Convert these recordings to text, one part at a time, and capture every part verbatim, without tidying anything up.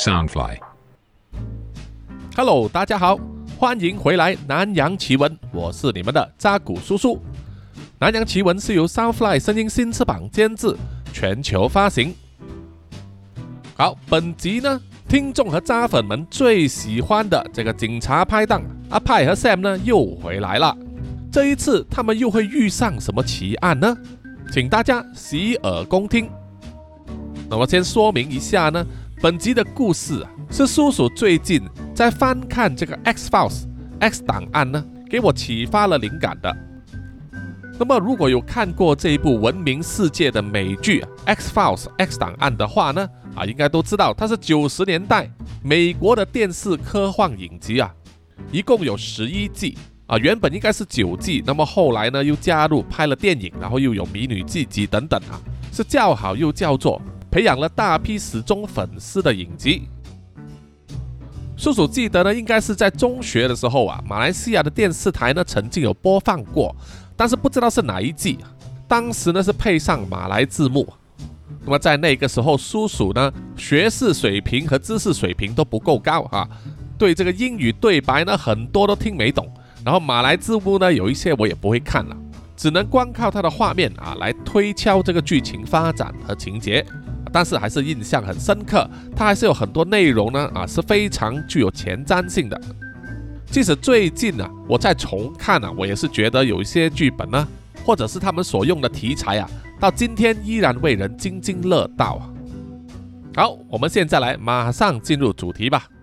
Soundfly。Hello， 大家好，欢迎回来南洋奇闻，我是你们的扎古叔叔。南洋奇闻是由 Soundfly 声音新翅膀监制，全球发行。好，本集呢，听众和渣粉们最喜欢的这个警察拍档阿派和 Sam 呢又回来了。这一次他们又会遇上什么奇案呢？请大家洗耳恭听。那么先说明一下呢，本集的故事啊，是叔叔最近在翻看这个 X Files X 档案呢，给我启发了灵感的。那么如果有看过这一部闻名世界的美剧 X Files X 档案的话呢，啊，应该都知道它是九十年代美国的电视科幻影集啊，一共有十一季啊，原本应该是九季，那么后来呢又加入拍了电影，然后又有迷你剧集等等啊，是叫好又叫座，培养了大批死忠粉丝的影集。叔叔记得呢，应该是在中学的时候啊，马来西亚的电视台呢曾经有播放过。但是不知道是哪一季，当时呢是配上马来字幕。那么在那个时候，叔叔呢学识水平和知识水平都不够高啊，对这个英语对白呢很多都听没懂，然后马来字幕呢有一些我也不会看了，只能光靠它的画面啊来推敲这个剧情发展和情节。但是还是印象很深刻，它还是有很多内容呢啊是非常具有前瞻性的。即使最近啊，我再重看啊，我也是觉得有一些剧本呢，或者是他们所用的题材啊，到今天依然为人津津乐道啊。好，我们现在来马上进入主题吧。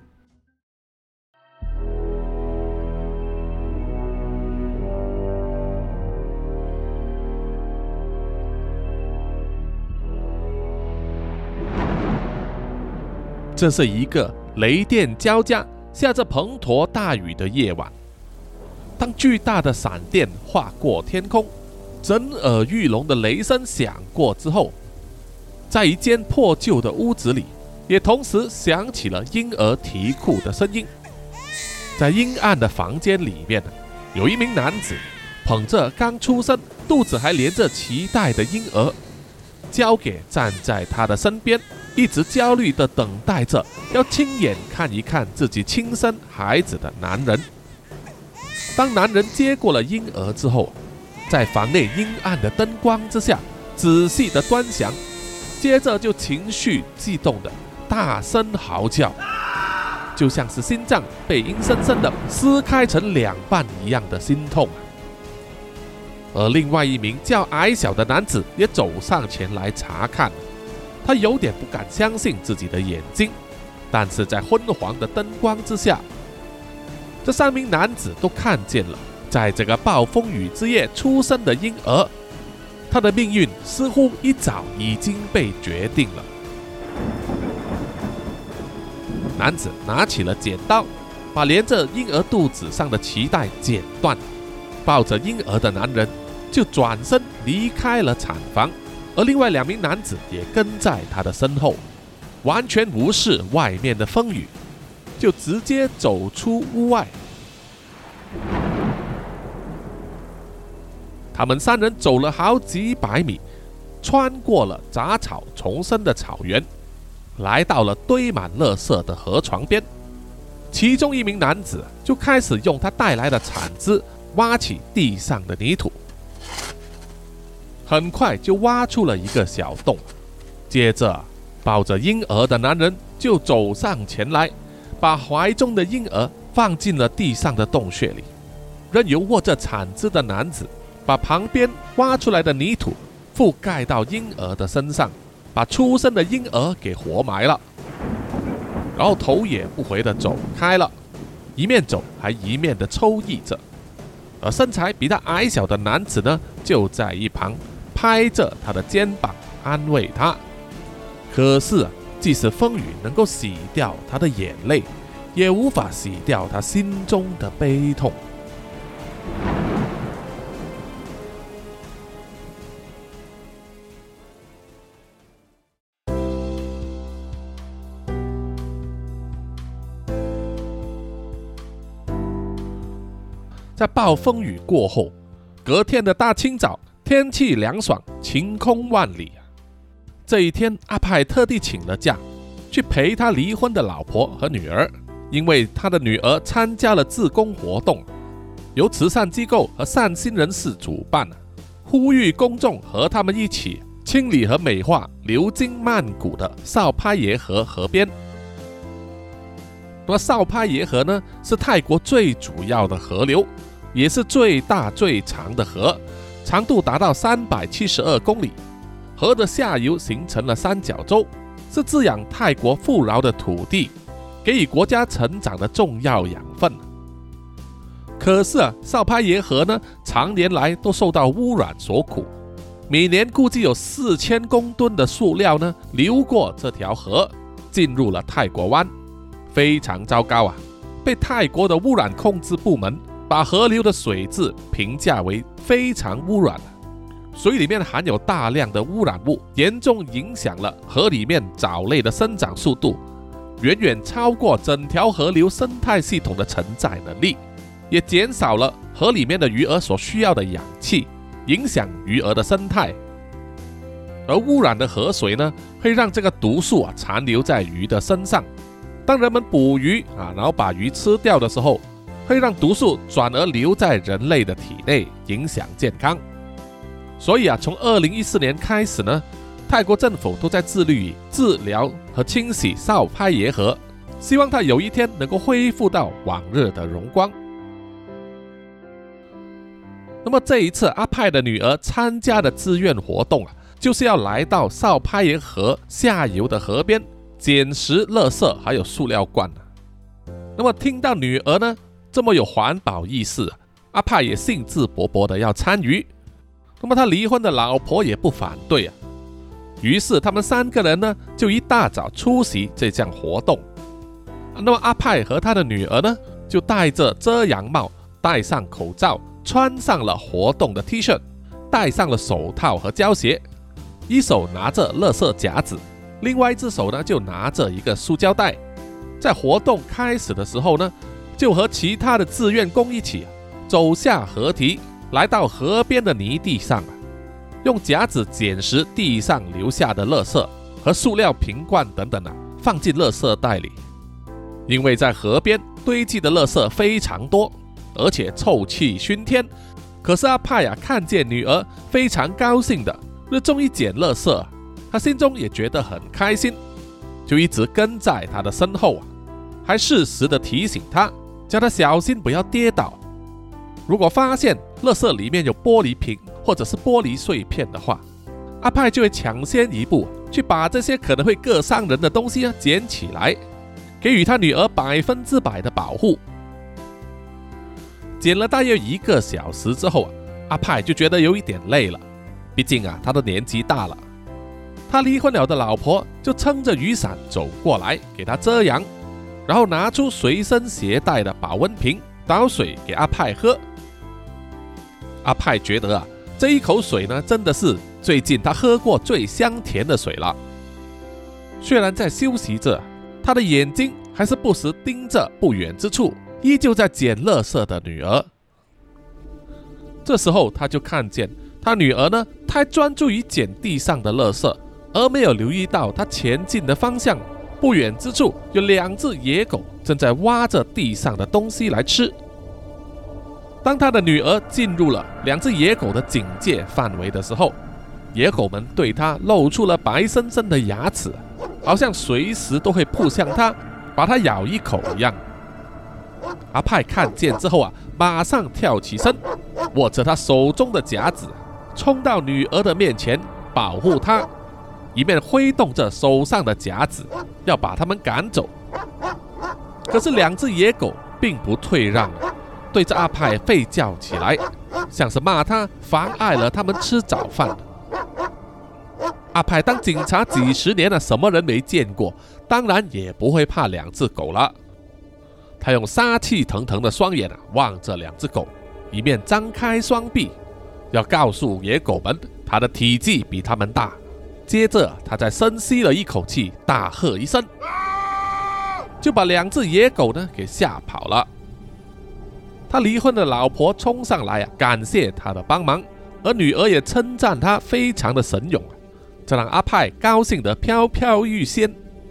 这是一个雷电交加，下着滂沱大雨的夜晚，当巨大的闪电划过天空，震耳欲聋的雷声响过之后，在一间破旧的屋子里，也同时响起了婴儿啼哭的声音。在阴暗的房间里面，有一名男子捧着刚出生、肚子还连着脐带的婴儿，交给站在他的身边，一直焦虑地等待着要亲眼看一看自己亲生孩子的男人。当男人接过了婴儿之后，在房内阴暗的灯光之下仔细地端详，接着就情绪激动地大声嚎叫，就像是心脏被阴森森地撕开成两半一样的心痛。而另外一名较矮小的男子也走上前来查看，他有点不敢相信自己的眼睛，但是在昏黄的灯光之下，这三名男子都看见了在这个暴风雨之夜出生的婴儿，他的命运似乎一早已经被决定了。男子拿起了剪刀，把连着婴儿肚子上的脐带剪断，抱着婴儿的男人就转身离开了产房，而另外两名男子也跟在他的身后，完全无视外面的风雨，就直接走出屋外。他们三人走了好几百米，穿过了杂草丛生的草原，来到了堆满垃圾的河床边。其中一名男子就开始用他带来的铲子挖起地上的泥土，很快就挖出了一个小洞。接着抱着婴儿的男人就走上前来，把怀中的婴儿放进了地上的洞穴里，任由握着铲子的男子把旁边挖出来的泥土覆盖到婴儿的身上，把出生的婴儿给活埋了，然后头也不回地走开了，一面走还一面地抽泣着。而身材比他矮小的男子呢，就在一旁拍着他的肩膀安慰他。可是啊，即使风雨能够洗掉他的眼泪，也无法洗掉他心中的悲痛。在暴风雨过后，隔天的大清早，天气凉爽，晴空万里。这一天，阿派特地请了假， 去陪他离婚的老婆和女儿，因为他的女儿参加了志工活动，由慈善机构和善心人士主办，呼吁公众和他们一起清理和美化流经曼谷的少拍耶河河边。那么少拍耶河呢，是泰国最主要的河流，也是最大最长的河，长度达到三百七十二公里。河的下游形成了三角洲，是滋养泰国富饶的土地，给予国家成长的重要养分。可是啊，少拍耶河呢，常年来都受到污染所苦，每年估计有四千公吨的塑料呢流过这条河，进入了泰国湾，非常糟糕啊！被泰国的污染控制部门把河流的水质评价为非常污染，水里面含有大量的污染物，严重影响了河里面藻类的生长速度，远远超过整条河流生态系统的承载能力，也减少了河里面的鱼儿所需要的氧气，影响鱼儿的生态。而污染的河水呢，会让这个毒素啊残留在鱼的身上。当人们捕鱼啊，然后把鱼吃掉的时候，会让毒素转而留在人类的体内，影响健康。所以啊，从二零一四年开始呢，泰国政府都在致力于治疗和清洗少拍耶河，希望它有一天能够恢复到往日的荣光。那么这一次阿派的女儿参加的志愿活动啊，就是要来到少拍耶河下游的河边捡拾垃圾还有塑料罐。那么听到女儿呢这么有环保意识，阿派也兴致勃勃的要参与。那么他离婚的老婆也不反对啊，于是他们三个人呢就一大早出席这项活动。那么阿派和他的女儿呢就戴着遮阳帽，戴上口罩，穿上了活动的 T 恤，戴上了手套和胶鞋，一手拿着垃圾夹子，另外一只手呢就拿着一个塑胶袋。在活动开始的时候呢，就和其他的志愿工一起走下河堤，来到河边的泥地上，用夹子捡拾地上留下的垃圾和塑料瓶罐等等啊，放进垃圾袋里。因为在河边堆积的垃圾非常多，而且臭气熏天。可是阿派啊，看见女儿非常高兴的日中一捡垃圾，他心中也觉得很开心，就一直跟在他的身后啊，还适时的提醒他，叫他小心不要跌倒。如果发现垃圾里面有玻璃瓶或者是玻璃碎片的话，阿派就会抢先一步去把这些可能会割伤人的东西啊捡起来，给予他女儿百分之百的保护。捡了大约一个小时之后啊，阿派就觉得有一点累了，毕竟啊他的年纪大了。他离婚了的老婆就撑着雨伞走过来给他遮阳，然后拿出随身携带的保温瓶倒水给阿派喝。阿派觉得啊，这一口水呢，真的是最近他喝过最香甜的水了。虽然在休息着，他的眼睛还是不时盯着不远之处依旧在捡垃圾的女儿。这时候他就看见他女儿呢，太专注于捡地上的垃圾，而没有留意到他前进的方向不远之处有两只野狗正在挖着地上的东西来吃。当他的女儿进入了两只野狗的警戒范围的时候，野狗们对他露出了白生生的牙齿，好像随时都会扑向他，把他咬一口一样。阿派看见之后啊，马上跳起身，握着他手中的夹子，冲到女儿的面前保护她，一面挥动着手上的夹子，要把他们赶走。可是两只野狗并不退让，对着阿派吠叫起来，像是骂他妨碍了他们吃早饭。阿派当警察几十年了，什么人没见过，当然也不会怕两只狗了。他用杀气腾腾的双眼啊望着两只狗，一面张开双臂，要告诉野狗们他的体积比他们大。接着他再深吸了一口气，大喝一声，就把两只野狗呢给吓跑了。他离婚的老婆冲上来啊，感谢他的帮忙，而女儿也称赞他非常的神勇，这让阿派高兴得飘飘欲仙，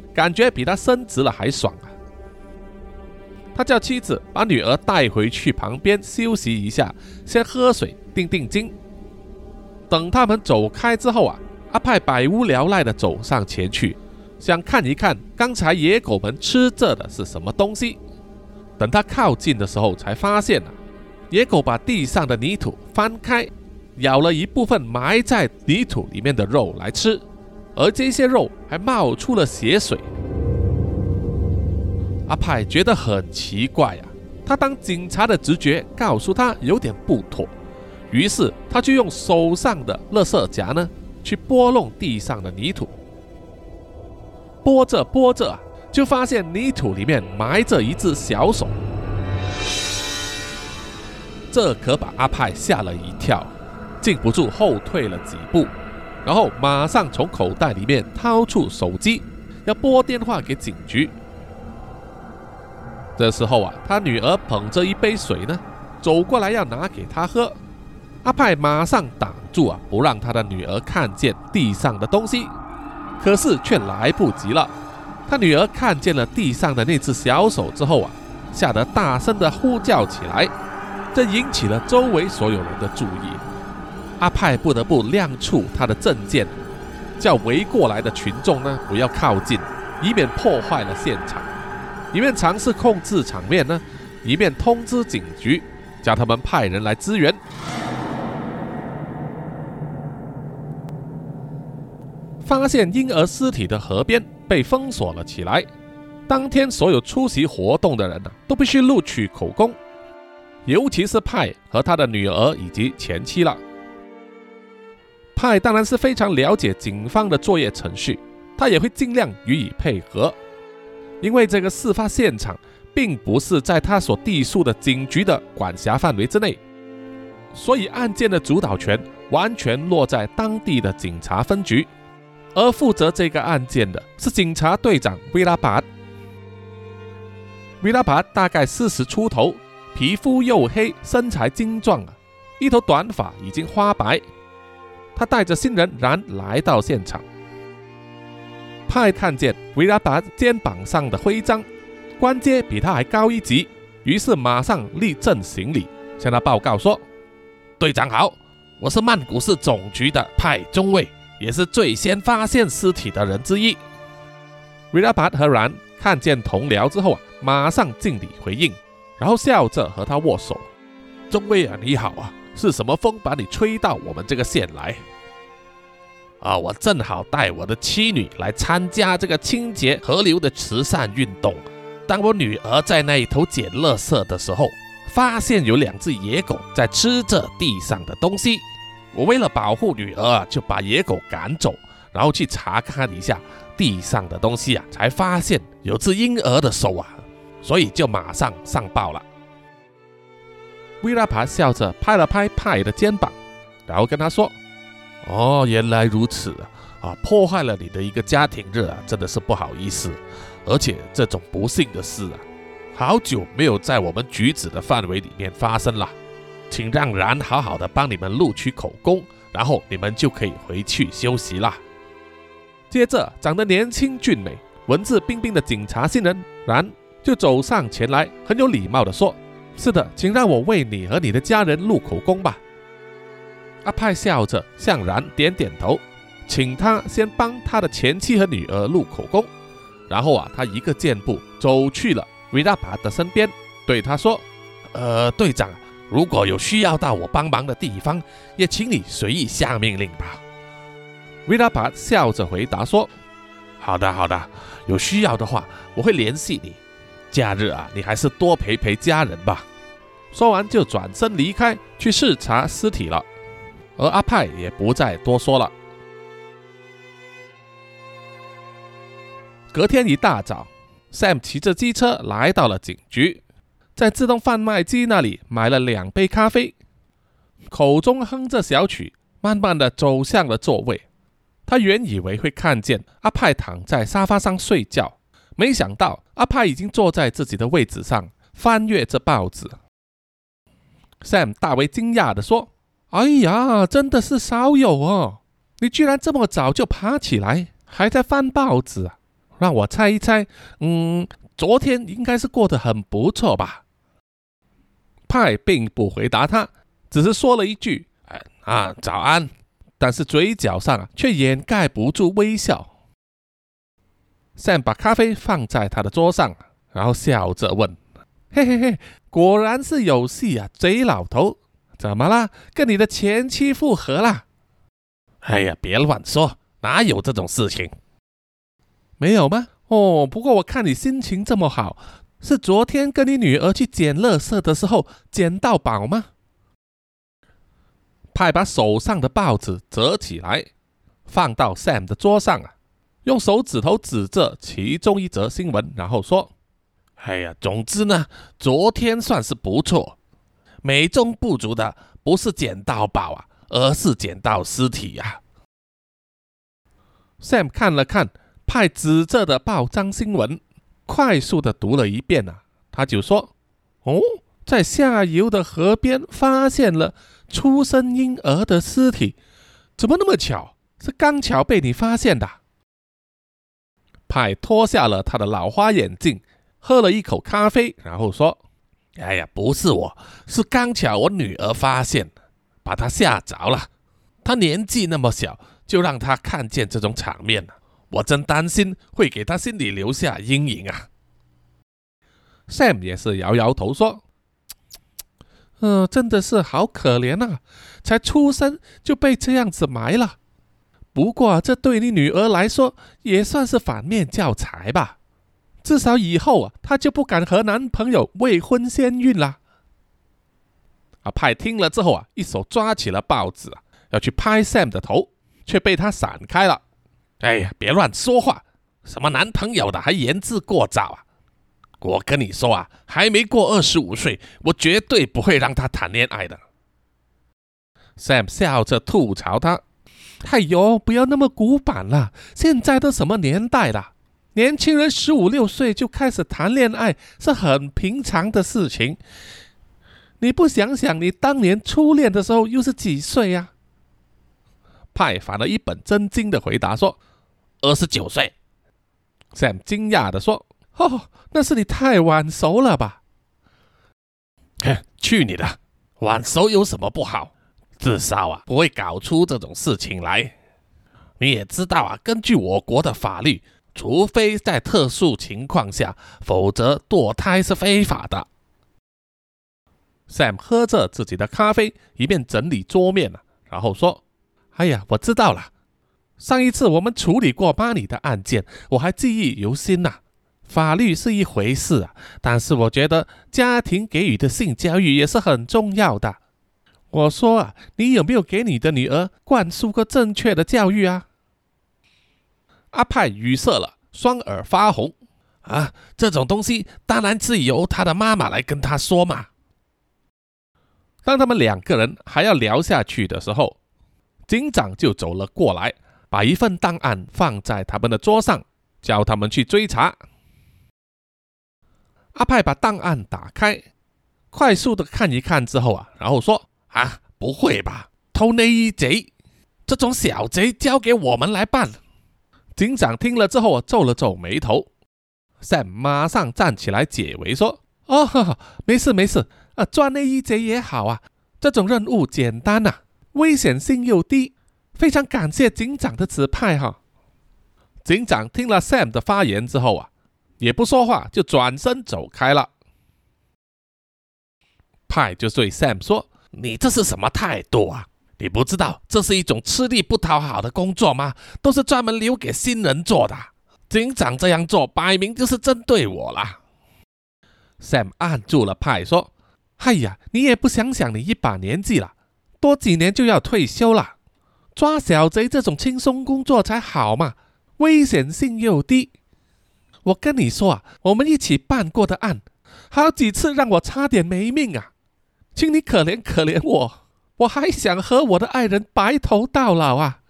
感觉比他升职了还爽啊！他叫妻子把女儿带回去旁边休息一下，先喝水定定惊。等他们走开之后啊，阿派百无聊赖地走上前去，想看一看刚才野狗们吃着的是什么东西。等他靠近的时候，才发现啊，野狗把地上的泥土翻开，咬了一部分埋在泥土里面的肉来吃，而这些肉还冒出了血水。阿派觉得很奇怪啊，他当警察的直觉告诉他有点不妥，于是他就用手上的垃圾夹呢，去拨弄地上的泥土。拨着拨着啊，就发现泥土里面埋着一只小手，这可把阿派吓了一跳，禁不住后退了几步，然后马上从口袋里面掏出手机，要拨电话给警局。这时候啊，他女儿捧着一杯水呢，走过来要拿给他喝。阿派马上挡住啊，不让他的女儿看见地上的东西，可是却来不及了。他女儿看见了地上的那只小手之后啊，吓得大声的呼叫起来，这引起了周围所有人的注意。阿派不得不亮出他的证件，叫围过来的群众呢不要靠近，以免破坏了现场。一面尝试控制场面呢，一面通知警局，叫他们派人来支援。发现婴儿尸体的河边被封锁了起来，当天所有出席活动的人、啊、都必须录取口供，尤其是派和他的女儿以及前妻了。派当然是非常了解警方的作业程序，他也会尽量予以配合。因为这个事发现场并不是在他所隶属的警局的管辖范围之内，所以案件的主导权完全落在当地的警察分局，而负责这个案件的是警察队长维拉巴。维拉巴大概四十出头，皮肤黝黑，身材精壮啊，一头短发已经花白。他带着新人然来到现场。派看见维拉巴肩膀上的徽章，官阶比他还高一级，于是马上立正行礼，向他报告说：队长好，我是曼谷市总局的派中尉，也是最先发现尸体的人之一。维拉巴和然看见同僚之后啊，马上敬礼回应，然后笑着和他握手。中尉啊，你好啊，是什么风把你吹到我们这个县来？啊，我正好带我的妻女来参加这个清洁河流的慈善运动。当我女儿在那一头捡垃圾的时候，发现有两只野狗在吃着地上的东西。我为了保护女儿，就把野狗赶走，然后去查看一下地上的东西啊，才发现有只婴儿的手啊，所以就马上上报了。维拉帕笑着拍了拍派的肩膀，然后跟他说：哦，原来如此啊！破坏了你的一个家庭日啊，真的是不好意思。而且这种不幸的事啊，好久没有在我们局子的范围里面发生了。请让然好好的帮你们录取口供，然后你们就可以回去休息啦。接着，长得年轻俊美、文质彬彬的警察新人然就走上前来，很有礼貌地说：是的，请让我为你和你的家人录口供吧。阿派笑着向然点点头，请他先帮他的前妻和女儿录口供。然后啊，他一个箭步走去了维拉巴的身边，对他说：呃，队长，如果有需要到我帮忙的地方，也请你随意下命令吧。维拉巴笑着回答说：好的好的，有需要的话我会联系你。假日啊，你还是多陪陪家人吧。说完就转身离开，去视察尸体了。而阿派也不再多说了。隔天一大早， Sam 骑着机车来到了警局，在自动贩卖机那里买了两杯咖啡，口中哼着小曲，慢慢的走向了座位。他原以为会看见阿派躺在沙发上睡觉，没想到阿派已经坐在自己的位置上，翻阅着报纸。Sam 大为惊讶地说：哎呀，真的是少有哦！你居然这么早就爬起来，还在翻报纸啊？ 让我猜一猜，嗯，昨天应该是过得很不错吧？派并不回答他，只是说了一句：“哎啊，早安。”但是嘴角上啊，却掩盖不住微笑。Sam 把咖啡放在他的桌上，然后笑着问：“嘿嘿嘿，果然是有戏啊，贼老头！怎么啦？跟你的前妻复合啦？”“哎呀，别乱说，哪有这种事情？”“没有吗？哦，不过我看你心情这么好，是昨天跟你女儿去捡垃圾的时候捡到宝吗？”派把手上的报纸折起来，放到 Sam 的桌上啊，用手指头指着其中一则新闻，然后说：“哎呀，总之呢，昨天算是不错。美中不足的不是捡到宝啊，而是捡到尸体啊。” Sam 看了看派指着的报章新闻，快速的读了一遍啊，他就说：“哦，在下游的河边发现了出生婴儿的尸体，怎么那么巧？是刚巧被你发现的。”派脱下了他的老花眼镜，喝了一口咖啡，然后说：“哎呀，不是我，是刚巧我女儿发现，把她吓着了。她年纪那么小，就让她看见这种场面，我真担心会给她心里留下阴影啊。” Sam 也是摇摇头说：“呃，真的是好可怜啊，才出生就被这样子埋了。不过这对你女儿来说也算是反面教材吧，至少以后啊，她就不敢和男朋友未婚先孕啦。”啊，派听了之后啊，一手抓起了报纸啊，要去拍 Sam 的头，却被他闪开了。“哎呀，别乱说话，什么男朋友的还言之过早啊！我跟你说啊，还没过二十五岁，我绝对不会让他谈恋爱的。” Sam 笑着吐槽他：“哎呦，不要那么古板了，现在都什么年代了？年轻人十五六岁就开始谈恋爱是很平常的事情。你不想想你当年初恋的时候又是几岁啊？”派反了一本正经的回答说：“二十九岁。” Sam 惊讶的说：“哦，那是你太晚熟了吧？”“去你的，晚熟有什么不好？至少啊，不会搞出这种事情来。你也知道啊，根据我国的法律，除非在特殊情况下，否则堕胎是非法的。” Sam 喝着自己的咖啡，一边整理桌面，然后说：“哎呀，我知道了。上一次我们处理过妈你的案件，我还记忆犹新呐。法律是一回事啊，但是我觉得家庭给予的性教育也是很重要的。我说啊，你有没有给你的女儿灌输过正确的教育啊？”阿派语塞了，双耳发红。“啊，这种东西当然是由他的妈妈来跟他说嘛。”当他们两个人还要聊下去的时候，警长就走了过来，把一份档案放在他们的桌上，叫他们去追查。阿派把档案打开，快速的看一看之后啊，然后说：“啊，不会吧，偷内衣贼，这种小贼交给我们来办。”警长听了之后啊，皱了皱眉头。Sam 马上站起来解围说：“哦，呵呵，没事没事，啊，抓内衣贼也好啊，这种任务简单啊，危险性又低，非常感谢警长的指派哈。”警长听了 Sam 的发言之后啊，也不说话，就转身走开了。派就对 Sam 说：“你这是什么态度啊？你不知道这是一种吃力不讨好的工作吗？都是专门留给新人做的。警长这样做，摆明就是针对我啦。” Sam 按住了派说：“哎呀，你也不想想你一把年纪了，多几年就要退休了，抓小贼这种轻松工作才好嘛，危险性又低。我跟你说啊，我们一起办过的案，好几次让我差点没命啊，请你可怜可怜我，我还想和我的爱人白头到老啊。”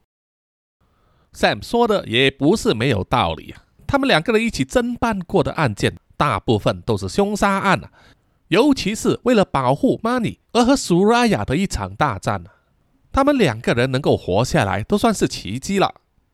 Sam 说的也不是没有道理啊，他们两个人一起侦办过的案件，大部分都是凶杀案啊，尤其是为了保护 Money 而和 Suraya 的一场大战啊，他们两个人能够活下来都算是奇迹了。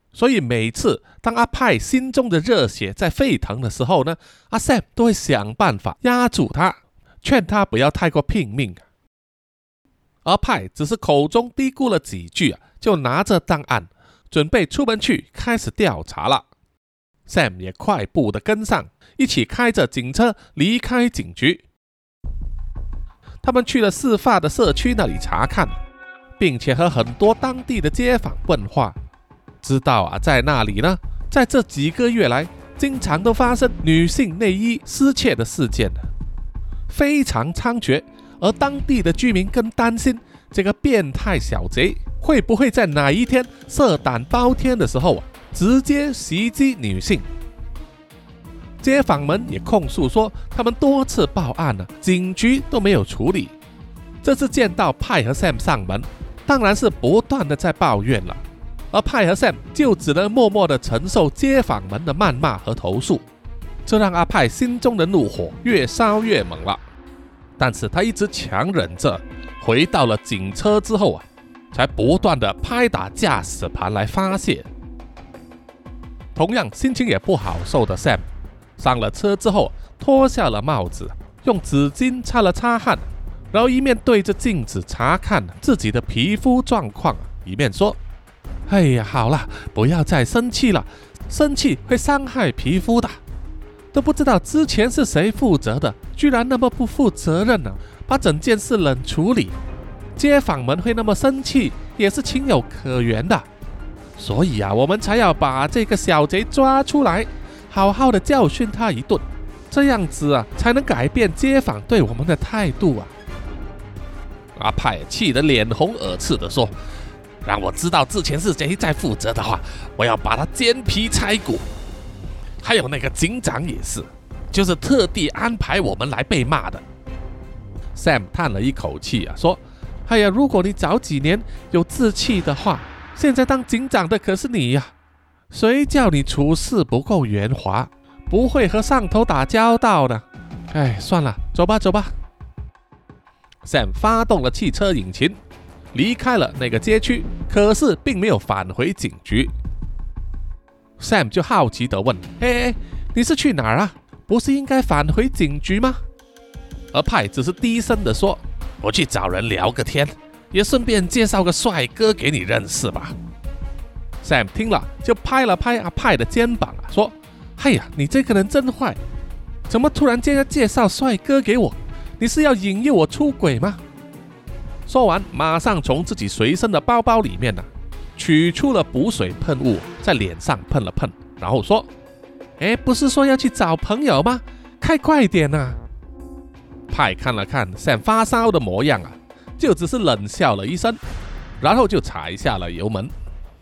所以每次当阿派心中的热血在沸腾的时候呢，阿 Sam 都会想办法压住他，劝他不要太过拼命。阿派只是口中嘀咕了几句啊，就拿着档案准备出门去开始调查了。Sam 也快步的跟上，一起开着警车离开警局。他们去了事发的社区那里查看，并且和很多当地的街坊问话，知道啊，在那里呢，在这几个月来，经常都发生女性内衣失窃的事件，非常猖獗。而当地的居民更担心，这个变态小贼会不会在哪一天色胆包天的时候啊，直接袭击女性。街坊们也控诉说，他们多次报案了，警局都没有处理。这次见到派和 Sam 上门，当然是不断的在抱怨了，而派和 Sam 就只能默默的承受街坊们的谩骂和投诉，这让阿派心中的怒火越烧越猛了。但是他一直强忍着，回到了警车之后啊，才不断的拍打驾驶盘来发泄。同样心情也不好受的 Sam 上了车之后，脱下了帽子，用纸巾擦了擦汗，然后一面对着镜子查看自己的皮肤状况，一面说：哎呀，好了，不要再生气了，生气会伤害皮肤的。都不知道之前是谁负责的，居然那么不负责任呢、啊，把整件事冷处理。街坊们会那么生气，也是情有可原的。所以啊，我们才要把这个小贼抓出来，好好的教训他一顿，这样子啊，才能改变街坊对我们的态度啊。阿派气得脸红耳赤的说：让我知道之前是谁在负责的话，我要把他煎皮拆骨。还有那个警长也是，就是特地安排我们来被骂的。Sam 叹了一口气啊，说：哎呀，如果你早几年有志气的话，现在当警长的可是你呀、啊，谁叫你处事不够圆滑，不会和上头打交道的。哎，算了，走吧走吧。Sam 发动了汽车引擎，离开了那个街区，可是并没有返回警局。Sam 就好奇地问：哎哎，你是去哪儿啊？不是应该返回警局吗？而派只是低声地说：我去找人聊个天，也顺便介绍个帅哥给你认识吧。Sam 听了就拍了拍阿派的肩膀啊，说：哎呀，你这个人真坏，怎么突然间要介绍帅哥给我？你是要引诱我出轨吗？说完，马上从自己随身的包包里面呢、啊取出了补水喷雾，在脸上喷了喷，然后说：哎，不是说要去找朋友吗？开快点啊！派看了看 Sam 发烧的模样啊，就只是冷笑了一声，然后就踩下了油门。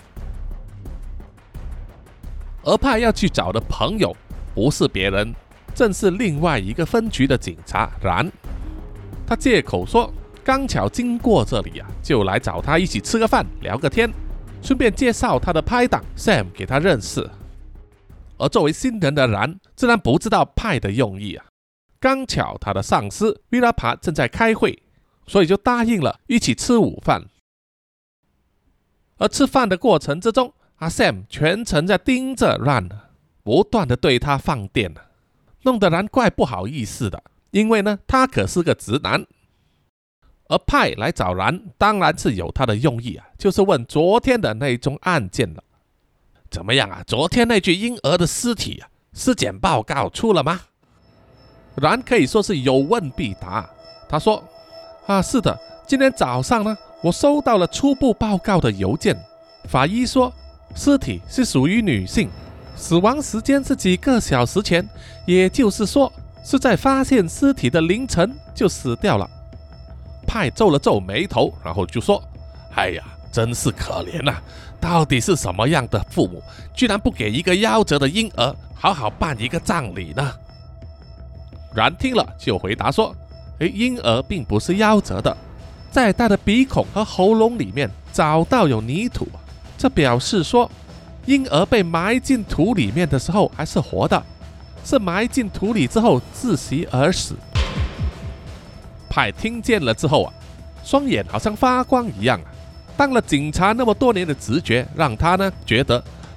而派要去找的朋友不是别人，正是另外一个分局的警察然。他借口说刚巧经过这里啊，就来找他一起吃个饭聊个天，顺便介绍他的拍档 Sam 给他认识。而作为新人的然自然不知道派的用意啊，刚巧他的上司 Virapa 正在开会，所以就答应了一起吃午饭。而吃饭的过程之中，阿 Sam 全程在盯着然，不断的对他放电，弄得然怪不好意思的，因为呢他可是个直男。而派来找然当然是有他的用意啊，就是问昨天的那宗案件了。怎么样啊？昨天那具婴儿的尸体啊，尸检报告出了吗？然可以说是有问必答。他说：啊，是的，今天早上呢，我收到了初步报告的邮件。法医说，尸体是属于女性，死亡时间是几个小时前，也就是说是在发现尸体的凌晨就死掉了。派皱了皱眉头，然后就说：哎呀，真是可怜啊，到底是什么样的父母，居然不给一个夭折的婴儿好好办一个葬礼呢？然听了就回答说：诶，婴儿并不是夭折的，在他的鼻孔和喉咙里面找到有泥土，这表示说婴儿被埋进土里面的时候还是活的，是埋进土里之后窒息而死。派听见了之后啊，双眼好像发光一样啊。当了警察那么多年的直觉，让他呢觉得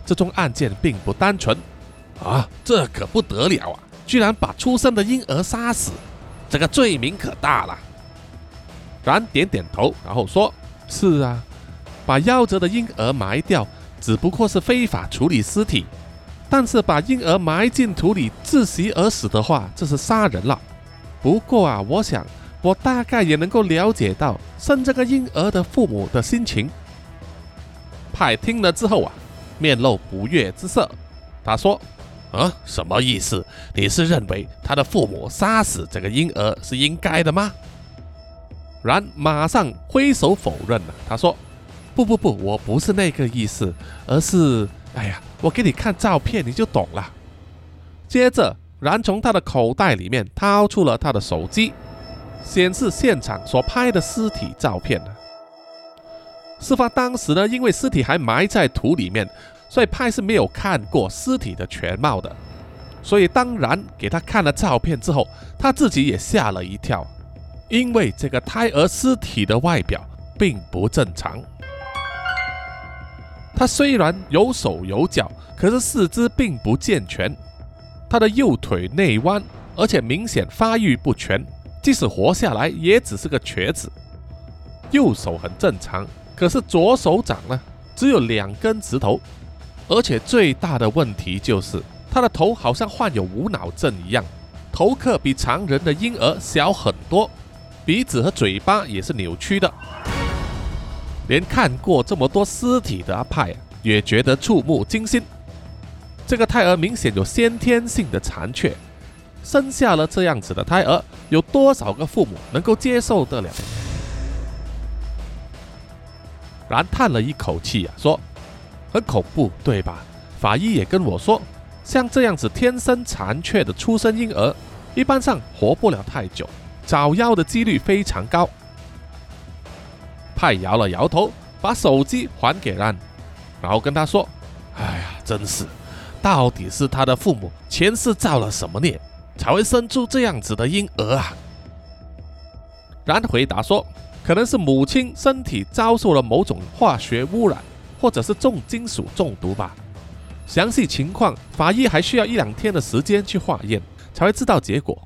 这宗案件并不单纯啊，这可不得了啊！居然把出生的婴儿杀死，这个罪名可大了。然点点头，然后说：“是啊，把夭折的婴儿埋掉，只不过是非法处理尸体；但是把婴儿埋进土里窒息而死的话，这是杀人了。不过啊，我想我大概也能够了解到生这个婴儿的父母的心情。”派听了之后啊，面露不悦之色。他说：“啊，什么意思？你是认为他的父母杀死这个婴儿是应该的吗？”然马上挥手否认了。他说：“不不不，我不是那个意思，而是……哎呀，我给你看照片你就懂了。”接着，然从他的口袋里面掏出了他的手机，显示现场所拍的尸体照片。事发当时呢，因为尸体还埋在土里面，所以派是没有看过尸体的全貌的。所以当然给他看了照片之后，他自己也吓了一跳，因为这个胎儿尸体的外表并不正常。他虽然有手有脚，可是四肢并不健全，他的右腿内弯，而且明显发育不全，即使活下来也只是个瘸子。右手很正常，可是左手掌呢，只有两根指头，而且最大的问题就是他的头好像患有无脑症一样，头壳比常人的婴儿小很多，鼻子和嘴巴也是扭曲的。连看过这么多尸体的阿派也觉得触目惊心。这个胎儿明显有先天性的残缺，生下了这样子的胎儿，有多少个父母能够接受得了？然叹了一口气啊，说：“很恐怖，对吧？法医也跟我说，像这样子天生残缺的出生婴儿，一般上活不了太久，早夭的几率非常高。”派摇了摇头，把手机还给然，然后跟他说：“哎呀，真是，到底是他的父母前世造了什么孽，才会生出这样子的婴儿啊？”然回答说：“可能是母亲身体遭受了某种化学污染，或者是重金属中毒吧。详细情况，法医还需要一两天的时间去化验，才会知道结果。”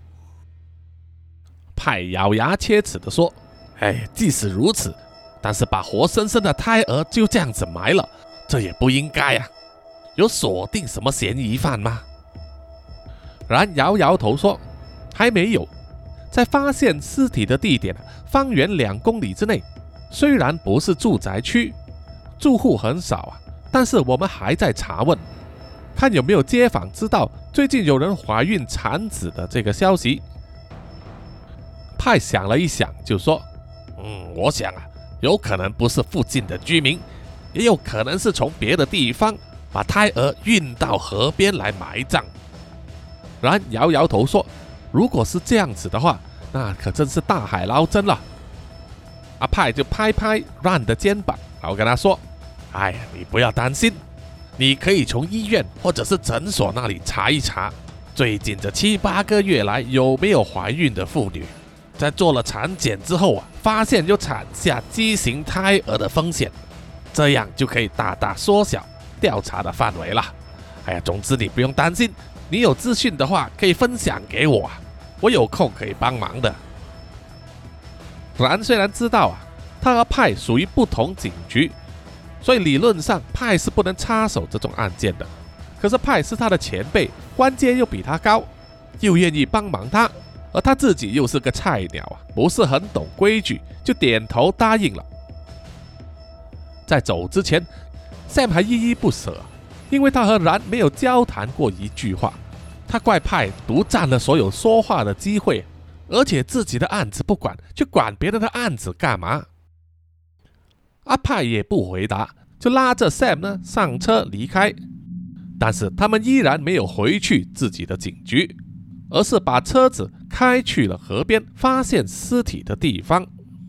派咬牙切齿地说：“哎，即使如此，但是把活生生的胎儿就这样子埋了，这也不应该啊！有锁定什么嫌疑犯吗？”然摇摇头说：“还没有。在发现尸体的地点方圆两公里之内，虽然不是住宅区，住户很少啊，但是我们还在查问，看有没有街坊知道最近有人怀孕产子的这个消息。”派想了一想，就说：“嗯，我想啊，有可能不是附近的居民，也有可能是从别的地方把胎儿运到河边来埋葬。”然摇摇头说：“如果是这样子的话，那可真是大海捞针了。”阿派就拍拍然的肩膀，然后跟他说：“哎呀，你不要担心，你可以从医院或者是诊所那里查一查，最近这七八个月来有没有怀孕的妇女，在做了产检之后啊，发现有产下畸形胎儿的风险，这样就可以大大缩小调查的范围了。哎呀，总之你不用担心，你有资讯的话可以分享给我啊，我有空可以帮忙的。”然虽然知道啊，他和派属于不同警局，所以理论上派是不能插手这种案件的。可是派是他的前辈，官阶又比他高，又愿意帮忙他，而他自己又是个菜鸟啊，不是很懂规矩，就点头答应了。在走之前 ，Sam 还依依不舍，因为他和然没有交谈过一句话，他怪派独占了所有说话的机会，而且自己的案子不管，去管别人的案子干嘛？阿派也不回答，就拉着 Sam 呢上车离开。但是他们依然没有回去自己的警局，而是把车子开去了河边发现尸体的地方。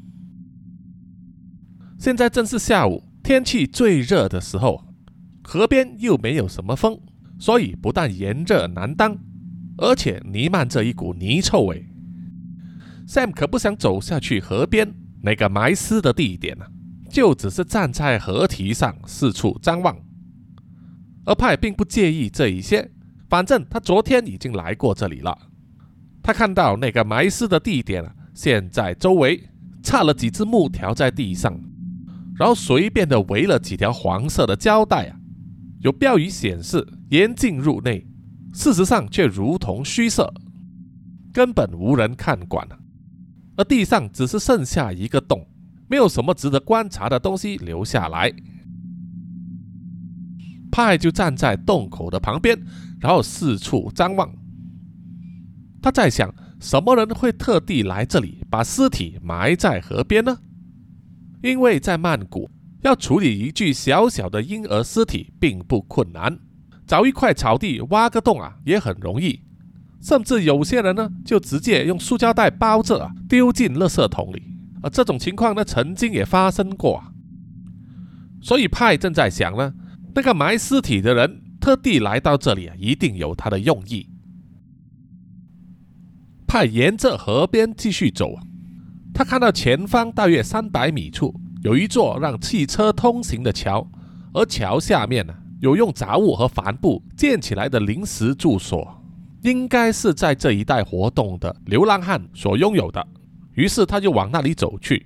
现在正是下午，天气最热的时候，河边又没有什么风，所以不但炎热难当，而且弥漫着一股泥臭味。Sam 可不想走下去河边那个埋尸的地点，就只是站在河堤上四处张望。 而派并不介意这一些，反正他昨天已经来过这里了。他看到那个埋尸的地点啊，现在周围插了几只木条在地上，然后随便的围了几条黄色的胶带啊，有标语显示严禁入内，事实上却如同虚设，根本无人看管啊。而地上只是剩下一个洞，没有什么值得观察的东西留下来。派就站在洞口的旁边，然后四处张望。他在想，什么人会特地来这里把尸体埋在河边呢？因为在曼谷，要处理一具小小的婴儿尸体并不困难，找一块草地挖个洞啊也很容易，甚至有些人呢就直接用塑胶袋包着啊丢进垃圾桶里。而这种情况呢曾经也发生过啊。所以派正在想呢，那个埋尸体的人特地来到这里啊，一定有他的用意。派沿着河边继续走，他看到前方大约三百米处有一座让汽车通行的桥，而桥下面呢有用杂物和帆布建起来的临时住所，应该是在这一带活动的流浪汉所拥有的。于是他就往那里走去。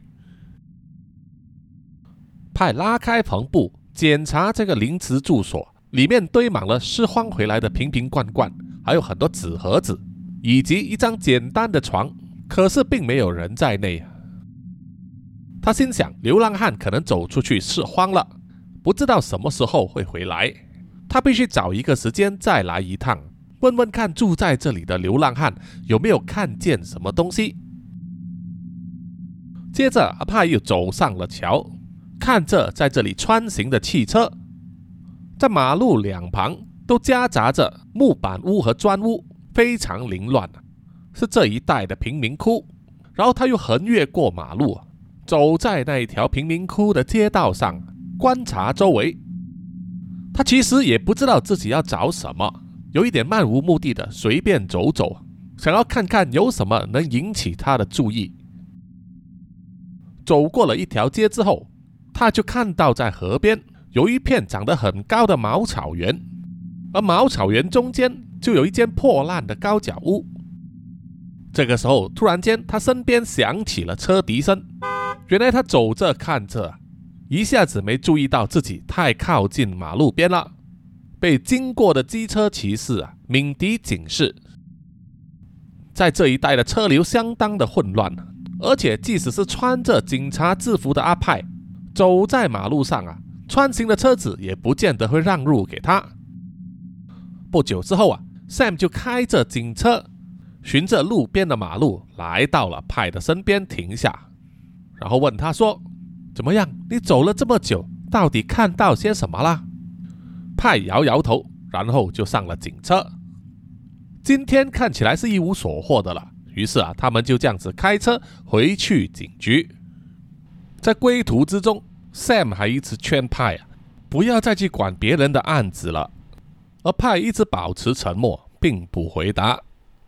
派拉开篷布检查这个临时住所，里面堆满了拾荒回来的瓶瓶罐罐，还有很多纸盒子，以及一张简单的床，可是并没有人在内。他心想，流浪汉可能走出去拾荒了，不知道什么时候会回来，他必须找一个时间再来一趟，问问看住在这里的流浪汉有没有看见什么东西。接着阿派又走上了桥，看着在这里穿行的汽车，在马路两旁都夹杂着木板屋和砖屋，非常凌乱，是这一带的贫民窟。然后他又横越过马路，走在那一条贫民窟的街道上，观察周围。他其实也不知道自己要找什么，有一点漫无目的的随便走走，想要看看有什么能引起他的注意。走过了一条街之后，他就看到在河边有一片长得很高的茅草园，而茅草园中间就有一间破烂的高脚屋。这个时候突然间他身边响起了车笛声，原来他走着看着，一下子没注意到自己太靠近马路边了，被经过的机车骑士啊鸣笛警示。在这一带的车流相当的混乱，而且即使是穿着警察制服的阿派走在马路上啊，穿行的车子也不见得会让路给他。不久之后啊 Sam 就开着警车循着路边的马路来到了派的身边停下，然后问他说，怎么样，你走了这么久，到底看到些什么啦？派摇摇头，然后就上了警车。今天看起来是一无所获的了，于是啊，他们就这样子开车回去警局。在归途之中 Sam 还一直劝派啊，不要再去管别人的案子了，而派一直保持沉默，并不回答。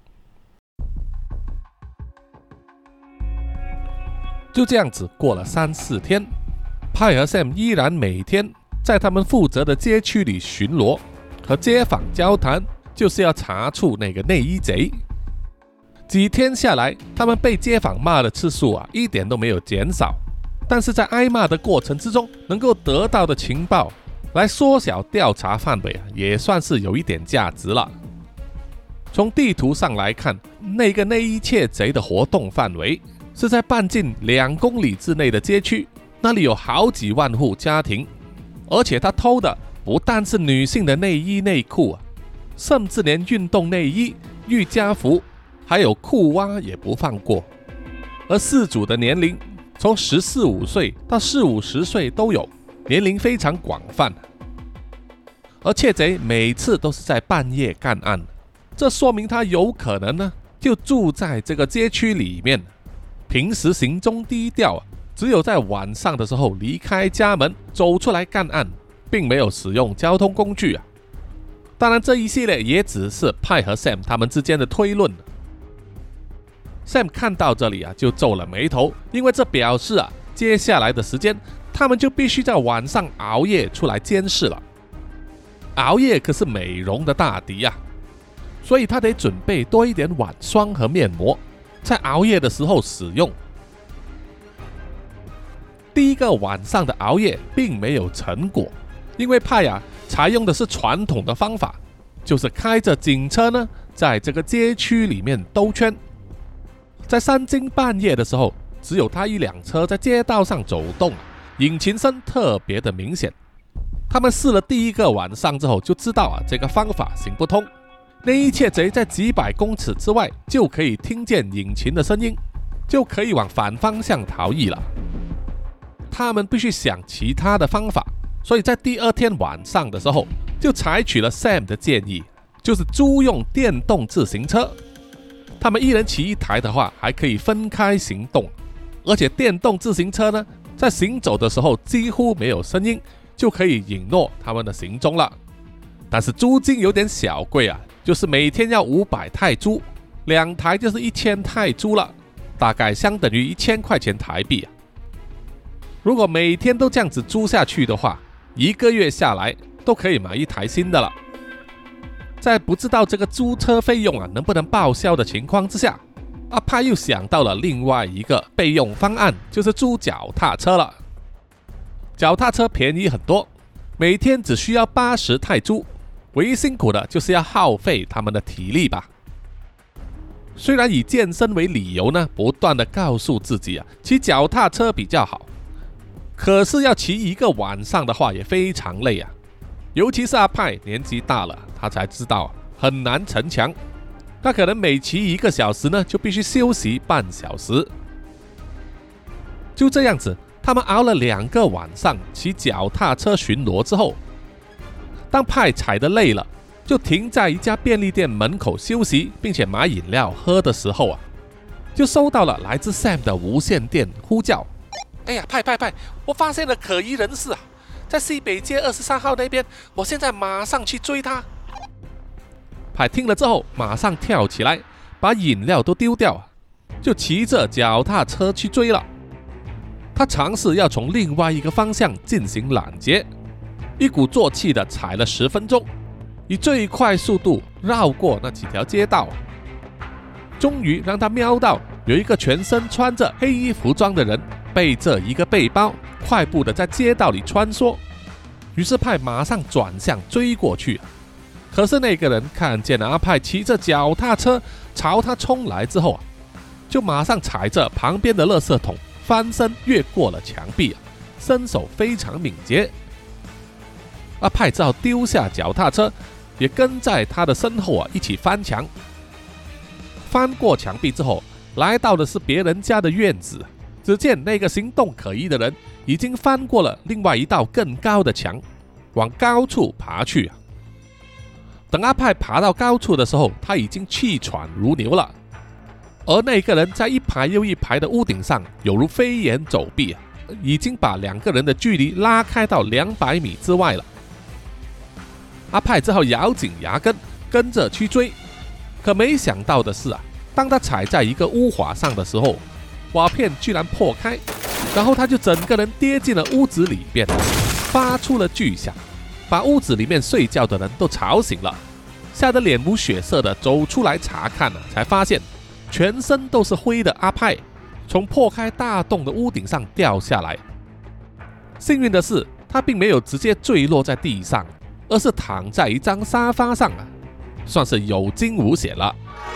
就这样子过了三四天，派和 Sam 依然每天在他们负责的街区里巡逻，和街坊交谈，就是要查处那个内衣贼。几天下来，他们被街坊骂的次数啊，一点都没有减少。但是在挨骂的过程之中，能够得到的情报来缩小调查范围啊，也算是有一点价值了。从地图上来看，那个内衣窃贼的活动范围是在半径两公里之内的街区，那里有好几万户家庭，而且他偷的不但是女性的内衣内裤啊，甚至连运动内衣、瑜伽服还有裤袜也不放过。而事主的年龄从十四五岁到四五十岁都有，年龄非常广泛。而窃贼每次都是在半夜干案，这说明他有可能呢就住在这个街区里面，平时行踪低调，只有在晚上的时候离开家门走出来干案，并没有使用交通工具啊。当然这一系列也只是派和 Sam 他们之间的推论。Sam 看到这里啊，就皱了眉头，因为这表示啊，接下来的时间他们就必须在晚上熬夜出来监视了。 熬夜可是美容的大敌啊，所以他得准备多一点晚霜和面膜，在熬夜的时候使用。第一个晚上的熬夜并没有成果，因为派啊采用的是传统的方法，就是开着警车呢，在这个街区里面兜圈。在三更半夜的时候，只有他一辆车在街道上走动，引擎声特别的明显。他们试了第一个晚上之后，就知道啊这个方法行不通。那一窃贼在几百公尺之外就可以听见引擎的声音，就可以往反方向逃逸了。他们必须想其他的方法，所以在第二天晚上的时候，就采取了 Sam 的建议，就是租用电动自行车。他们一人骑一台的话，还可以分开行动，而且电动自行车呢，在行走的时候几乎没有声音，就可以隐诺他们的行踪了。但是租金有点小贵啊，就是每天要五百泰铢，两台就是一千泰铢了，大概相等于一千块钱台币啊。如果每天都这样子租下去的话，一个月下来都可以买一台新的了。在不知道这个租车费用啊能不能报销的情况之下，阿派又想到了另外一个备用方案，就是租脚踏车了。脚踏车便宜很多，每天只需要八十泰铢，唯一辛苦的就是要耗费他们的体力吧。虽然以健身为理由呢，不断的告诉自己啊，骑脚踏车比较好，可是要骑一个晚上的话也非常累啊。尤其是阿派年纪大了，他才知道很难逞强。他可能每骑一个小时呢，就必须休息半小时。就这样子，他们熬了两个晚上骑脚踏车巡逻之后，当派踩得累了，就停在一家便利店门口休息，并且买饮料喝的时候啊，就收到了来自 Sam 的无线电呼叫。哎呀，派派派，我发现了可疑人士啊，在西北街二十三号那边，我现在马上去追他。派听了之后，马上跳起来，把饮料都丢掉，就骑着脚踏车去追了。他尝试要从另外一个方向进行拦截，一鼓作气的踩了十分钟，以最快速度绕过那几条街道，终于让他瞄到有一个全身穿着黑衣服装的人，背着一个背包，快步的在街道里穿梭。于是派马上转向追过去，可是那个人看见了阿派骑着脚踏车朝他冲来之后，就马上踩着旁边的垃圾桶翻身越过了墙壁，身手非常敏捷。阿派只好丢下脚踏车，也跟在他的身后啊一起翻墙。翻过墙壁之后，来到的是别人家的院子。只见那个行动可疑的人已经翻过了另外一道更高的墙，往高处爬去。等阿派爬到高处的时候，他已经气喘如牛了。而那个人在一排又一排的屋顶上，有如飞檐走壁，已经把两个人的距离拉开到两百米之外了。阿派只好咬紧牙根跟着去追，可没想到的是啊，当他踩在一个屋瓦上的时候，瓦片居然破开，然后他就整个人跌进了屋子里边，发出了巨响，把屋子里面睡觉的人都吵醒了，吓得脸无血色的走出来查看了，才发现全身都是灰的阿派从破开大洞的屋顶上掉下来。幸运的是，他并没有直接坠落在地上，而是躺在一张沙发上，算是有惊无险了。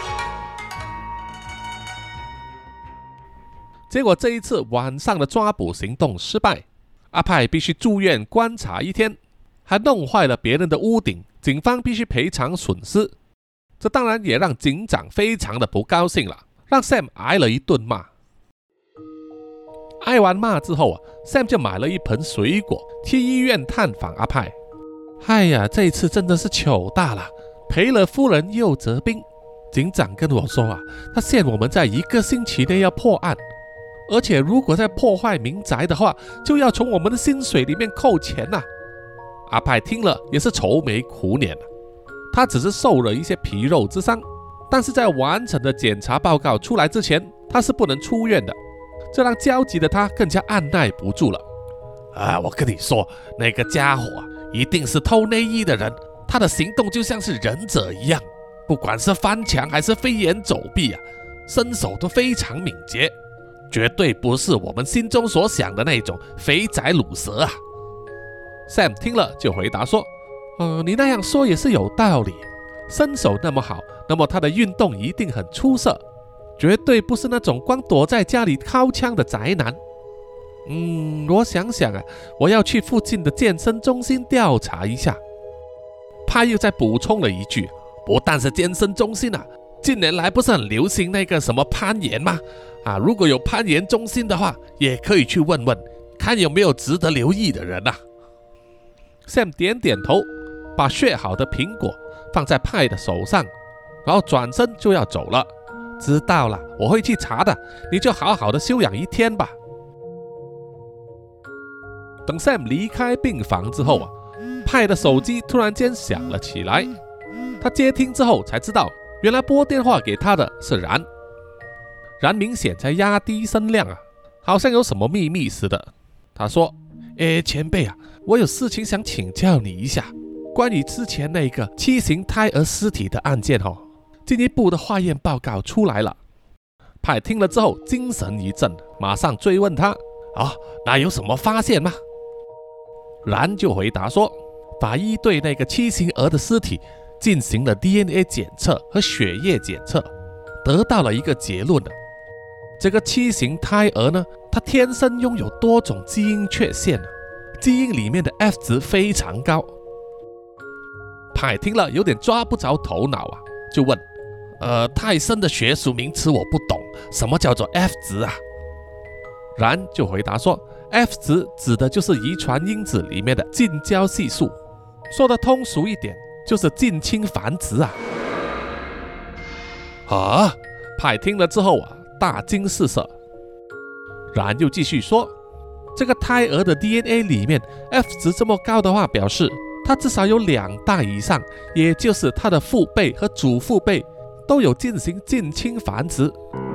结果这一次晚上的抓捕行动失败，阿派必须住院观察一天，还弄坏了别人的屋顶，警方必须赔偿损失。这当然也让警长非常的不高兴了，让 Sam 挨了一顿骂。挨完骂之后啊 ，Sam 就买了一盆水果去医院探访阿派。哎呀，这一次真的是糗大了，赔了夫人又折兵。警长跟我说啊，他限我们在一个星期内要破案，而且如果再破坏民宅的话，就要从我们的薪水里面扣钱呐、啊。阿派听了也是愁眉苦脸，他只是受了一些皮肉之伤，但是在完整的检查报告出来之前，他是不能出院的。这让焦急的他更加按耐不住了。啊，我跟你说，那个家伙一定是偷内衣的人， 他的行动就像是忍者一样，不管是翻墙还是飞檐走壁啊，身手都非常敏捷，绝对不是我们心中所想的那种肥仔鲁蛇啊。Sam 听了就回答说，呃，你那样说也是有道理，身手那么好，那么他的运动一定很出色，绝对不是那种光躲在家里靠枪的宅男。嗯，我想想啊，我要去附近的健身中心调查一下。派又再补充了一句，不但是健身中心啊，近年来不是很流行那个什么攀岩吗？啊，如果有攀岩中心的话，也可以去问问，看有没有值得留意的人啊。Sam 点点头，把削好的苹果放在派的手上，然后转身就要走了。知道了，我会去查的，你就好好的休养一天吧。等 Sam 离开病房之后啊，派的手机突然间响了起来。他接听之后才知道，原来拨电话给他的是然。然明显在压低声量啊，好像有什么秘密似的。他说：“诶，前辈啊，我有事情想请教你一下，关于之前那个畸形胎儿尸体的案件哦，进一步的化验报告出来了。”派听了之后精神一振，马上追问他：“啊，那有什么发现吗？”然就回答说，法医对那个畸形儿的尸体进行了 D N A 检测和血液检测，得到了一个结论。这个畸形胎儿呢，它天生拥有多种基因缺陷，基因里面的 F 值非常高。派听了有点抓不着头脑啊，就问：呃，太深的学术名词我不懂，什么叫做 F 值啊？然就回答说， F 值指的就是遗传因子里面的近交系数，说的通俗一点就是近亲繁殖啊。啊！派听了之后啊，大惊失色。然又继续说，这个胎儿的 D N A 里面 F 值这么高的话，表示他至少有两代以上，也就是他的父辈和祖父辈都有进行近亲繁殖。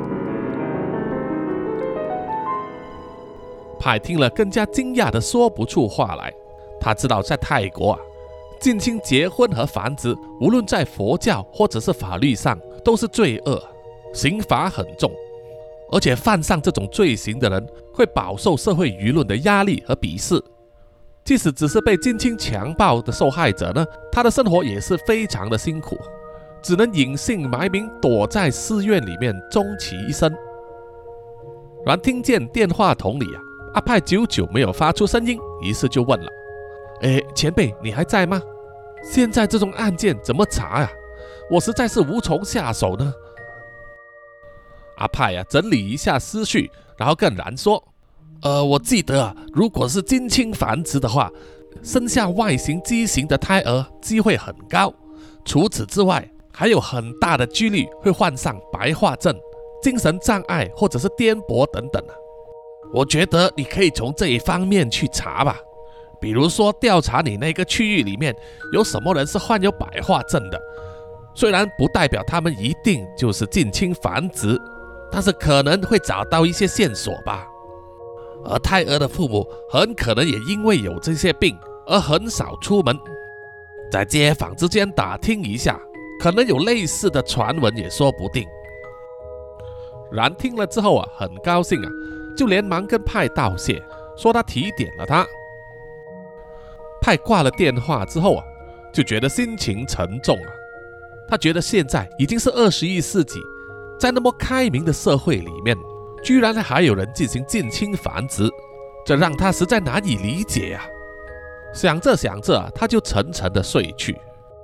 派听了更加惊讶的说不出话来。他知道在泰国啊，近亲结婚和繁殖无论在佛教或者是法律上都是罪恶，刑罚很重，而且犯上这种罪行的人会饱受社会舆论的压力和鄙视。即使只是被近亲强暴的受害者呢，他的生活也是非常的辛苦，只能隐姓埋名躲在寺院里面终其一生。然听见电话筒里啊，阿派久久没有发出声音，于是就问了：诶，前辈你还在吗？现在这种案件怎么查啊？我实在是无从下手呢。阿派啊，整理一下思绪，然后跟然说：呃，我记得啊，如果是近亲繁殖的话，生下外形畸形的胎儿机会很高，除此之外，还有很大的几率会患上白化症、精神障碍或者是颠簸等等啊。我觉得你可以从这一方面去查吧，比如说调查你那个区域里面有什么人是患有白化症的，虽然不代表他们一定就是近亲繁殖，但是可能会找到一些线索吧。而胎儿的父母很可能也因为有这些病而很少出门，在街坊之间打听一下，可能有类似的传闻也说不定。然听了之后啊，很高兴啊，就连忙跟派道谢，说他提点了他。派挂了电话之后啊，就觉得心情沉重啊。他觉得现在已经是二十一世纪，在那么开明的社会里面，居然还有人进行近亲繁殖，这让他实在难以理解啊。想着想着啊，他就沉沉的睡去。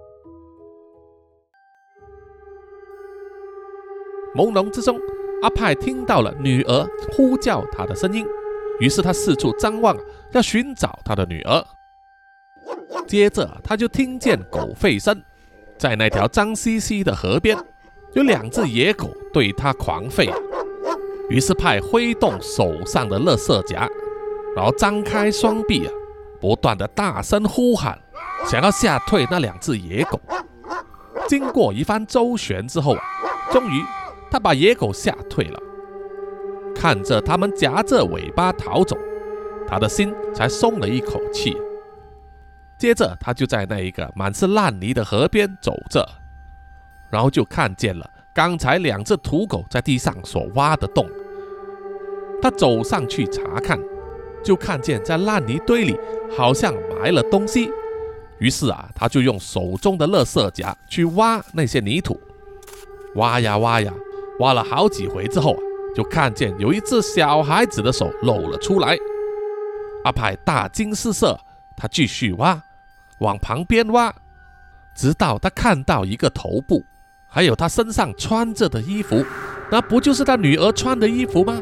朦胧之中，阿派听到了女儿呼叫他的声音，于是他四处张望，要寻找他的女儿。接着他就听见狗吠声，在那条脏兮兮的河边，有两只野狗对他狂吠。于是派挥动手上的垃圾夹，然后张开双臂啊，不断的大声呼喊，想要吓退那两只野狗。经过一番周旋之后啊，终于他把野狗吓退了。看着他们夹着尾巴逃走，他的心才松了一口气。 接着他就在那一个满是烂泥的河边走着，然后就看见了刚才两只土狗在地上所挖的洞。他走上去查看，就看见在烂泥堆里好像埋了东西，于是啊，他就用手中的垃圾夹去挖那些泥土，挖呀挖呀，挖了好几回之后啊，就看见有一只小孩子的手露了出来。阿派大惊失色，他继续挖，往旁边挖，直到他看到一个头部，还有他身上穿着的衣服，那不就是他女儿穿的衣服吗？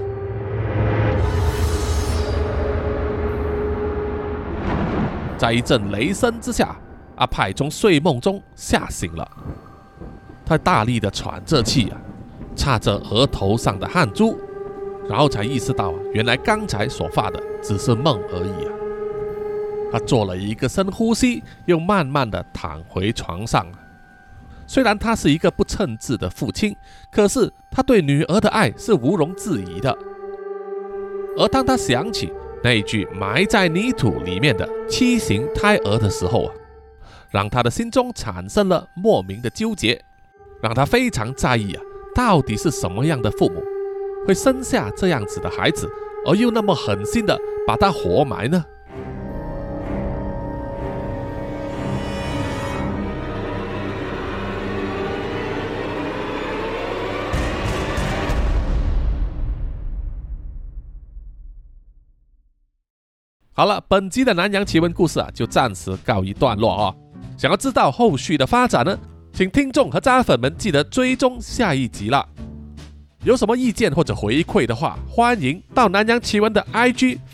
在一阵雷声之下，阿派从睡梦中吓醒了，他大力的喘着气啊，擦着额头上的汗珠，然后才意识到啊，原来刚才所发的只是梦而已啊。他做了一个深呼吸，又慢慢的躺回床上。虽然他是一个不称职的父亲，可是他对女儿的爱是毋庸置疑的。而当他想起那一句埋在泥土里面的畸形胎儿的时候啊，让他的心中产生了莫名的纠结，让他非常在意啊，到底是什么样的父母会生下这样子的孩子，而又那么狠心的把他活埋呢？好了，本集的南洋奇闻故事啊，就暂时告一段落哦。想要知道后续的发展呢，请听众和渣粉们记得追踪下一集啦。有什么意见或者回馈的话，欢迎到南洋奇闻的 I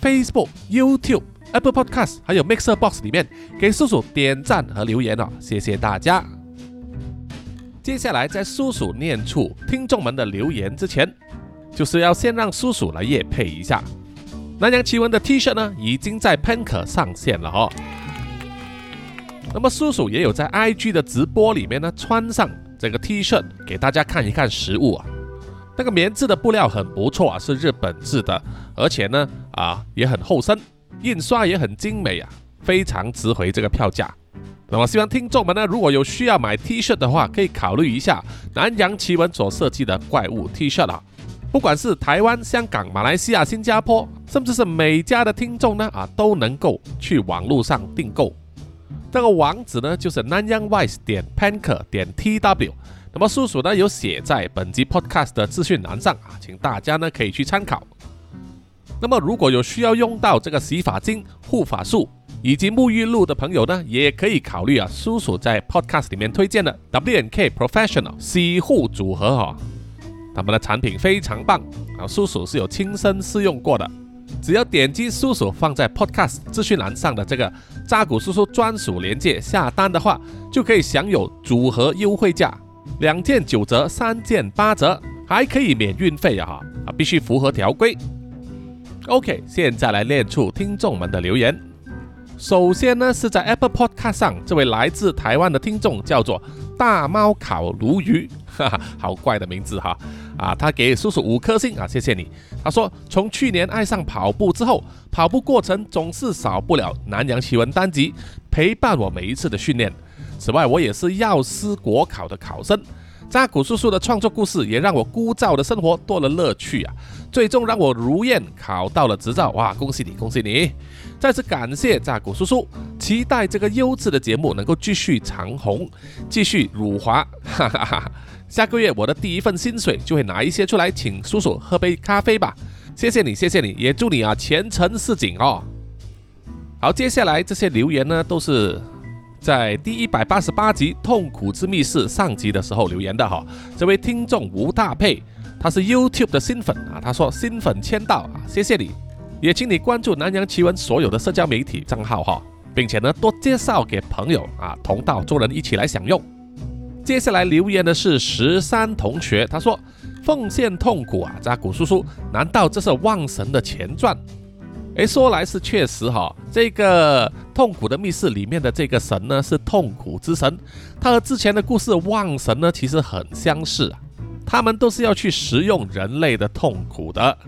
G、Facebook、YouTube、Apple Podcast 还有 Mixer Box 里面给叔叔点赞和留言哦，谢谢大家。接下来在叔叔念出听众们的留言之前，就是要先让叔叔来业配一下。南洋奇闻的 T 恤呢，已经在 Penker 上线了哦。那么叔叔也有在 I G 的直播里面呢，穿上这个 T 恤给大家看一看实物啊。那个棉质的布料很不错啊，是日本制的，而且呢啊也很厚身，印刷也很精美啊，非常值回这个票价。那么希望听众们呢，如果有需要买 T 恤的话，可以考虑一下南洋奇闻所设计的怪物 T 恤啊。不管是台湾、香港、马来西亚、新加坡，甚至是美加的听众呢，啊，都能够去网络上订购。这个网址呢，就是 nanyangwise 点 penker 点 tw。那么叔叔呢，有写在本集 podcast 的资讯栏上啊，请大家呢可以去参考。那么如果有需要用到这个洗发精、护发素以及沐浴露的朋友呢，也可以考虑啊，叔叔在 podcast 里面推荐的 W and K Professional 洗护组合哈、哦。他们的产品非常棒啊，叔叔是有亲身试用过的。只要点击叔叔放在 Podcast 资讯栏上的这个渣古叔叔专属链接下单的话，就可以享有组合优惠价，两件九折，三件八折，还可以免运费啊！啊，必须符合条规。OK， 现在来念出听众们的留言。首先呢，是在 Apple Podcast 上，这位来自台湾的听众叫做大猫烤鲈鱼，哈哈，好怪的名字哈！啊，他给叔叔五颗星啊，谢谢你。他说，从去年爱上跑步之后，跑步过程总是少不了南洋奇闻单集，陪伴我每一次的训练。此外，我也是药师国考的考生，渣古叔叔的创作故事也让我枯燥的生活多了乐趣啊！最终让我如愿考到了执照，哇，恭喜你，恭喜你！再次感谢渣古叔叔，期待这个优质的节目能够继续长红，继续辱华，哈哈哈！下个月我的第一份薪水就会拿一些出来请叔叔喝杯咖啡吧，谢谢你，谢谢你，也祝你啊前程似锦哦。好，接下来这些留言呢，都是在第一百八十八集《痛苦之密室》上集的时候留言的哈。这位听众吴大佩，他是 YouTube 的新粉啊，他说新粉签到啊，谢谢你，也请你关注南洋奇闻所有的社交媒体账号哈，并且呢多介绍给朋友啊，同道中人一起来享用。接下来留言的是十三同学，他说奉献痛苦啊，渣古叔叔，难道这是望神的前传？诶，说来是确实哈，这个痛苦的密室里面的这个神呢是痛苦之神，他和之前的故事望神呢其实很相似啊，他们都是要去食用人类的痛苦的。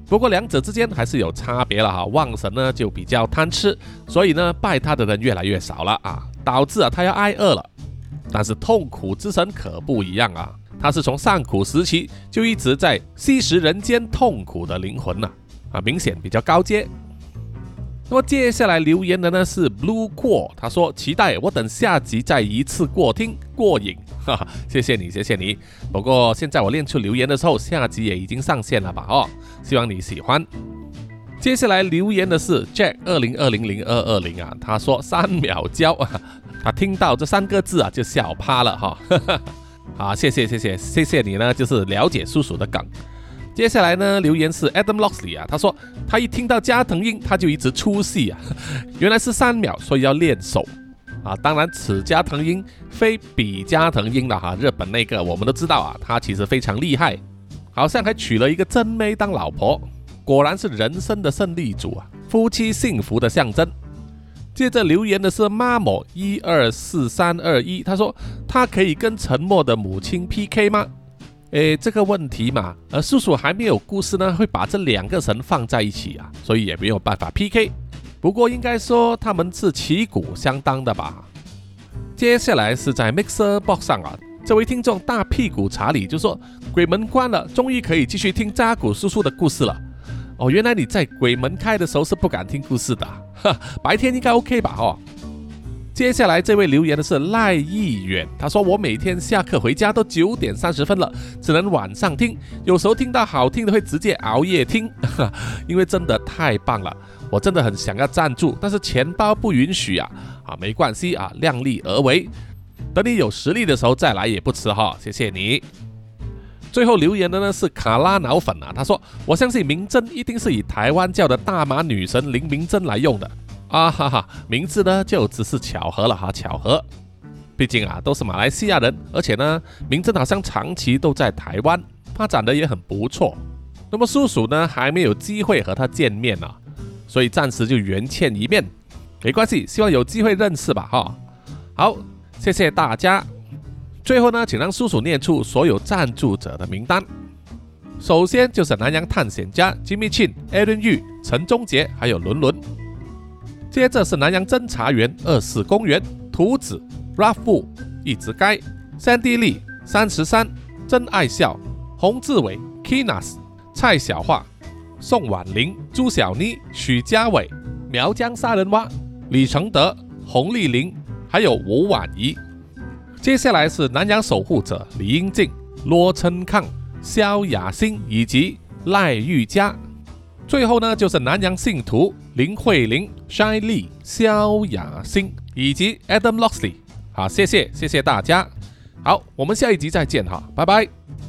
不过两者之间还是有差别了哈。旺神呢就比较贪吃，所以呢拜他的人越来越少了啊，导致啊他要挨饿了。但是痛苦之神可不一样啊，他是从上古时期就一直在吸食人间痛苦的灵魂呐、啊，啊明显比较高阶。那么接下来留言的呢是 Blue Core， 他说期待我等下集再一次过听过瘾，哈哈，谢谢你谢谢你。不过现在我练出留言的时候，下集也已经上线了吧哦，希望你喜欢。接下来留言的是 Jack 二零二零零二二零啊，他说三秒交啊，他听到这三个字啊就笑趴了哈，哈哈，好谢谢谢谢谢谢你呢，就是了解叔叔的梗。接下来呢，留言是 Adam Loxley 啊，他说他一听到加藤鹰他就一直出戏啊，原来是三秒，所以要练手啊。当然此加藤鹰非彼加藤鹰了哈，日本那个我们都知道啊，他其实非常厉害，好像还娶了一个真妹当老婆，果然是人生的胜利组啊，夫妻幸福的象征。接着留言的是妈某一二四三二一，他说他可以跟沉默的母亲 P K 吗？诶，这个问题嘛，呃，叔叔还没有故事呢，会把这两个神放在一起啊，所以也没有办法 P K。不过应该说他们是旗鼓相当的吧。接下来是在 Mixer Box 上啊，这位听众大屁股查理就说鬼门关了，终于可以继续听扎古叔叔的故事了。哦，原来你在鬼门开的时候是不敢听故事的、啊，哈，白天应该 OK 吧？哦。接下来这位留言的是赖义远，他说我每天下课回家都九点三十分了，只能晚上听，有时候听到好听的会直接熬夜听，因为真的太棒了，我真的很想要赞助，但是钱包不允许啊，啊没关系啊，量力而为，等你有实力的时候再来也不迟哈，谢谢你。最后留言的呢是卡拉脑粉啊，他说我相信明真一定是以台湾教的大马女神林明真来用的。啊哈哈，名字呢就只是巧合了哈，巧合。毕竟啊都是马来西亚人，而且呢明真好像长期都在台湾，发展的也很不错。那么叔叔呢还没有机会和他见面啊，所以暂时就缘欠一面，没关系，希望有机会认识吧哈。好，谢谢大家。最后呢，请让叔叔念出所有赞助者的名单。首先就是南洋探险家 Jimmy Chin、Aaron Yu、陈忠杰还有伦伦。接着是南洋侦查员二四公园、图子、Rafu、一直该、Sandy Lee、三十三、真爱笑、洪志伟、Kinas、蔡小桦、宋婉玲、朱小妮、许家伟、苗疆杀人蛙、李承德、洪丽玲还有吴婉仪。接下来是南洋守护者李英静、罗琛康、萧雅欣以及赖玉佳。最后呢，就是南洋信徒林慧玲、Shai Lee、萧雅欣以及 Adam Loxley。好，谢谢，谢谢大家。好，我们下一集再见哈，拜拜。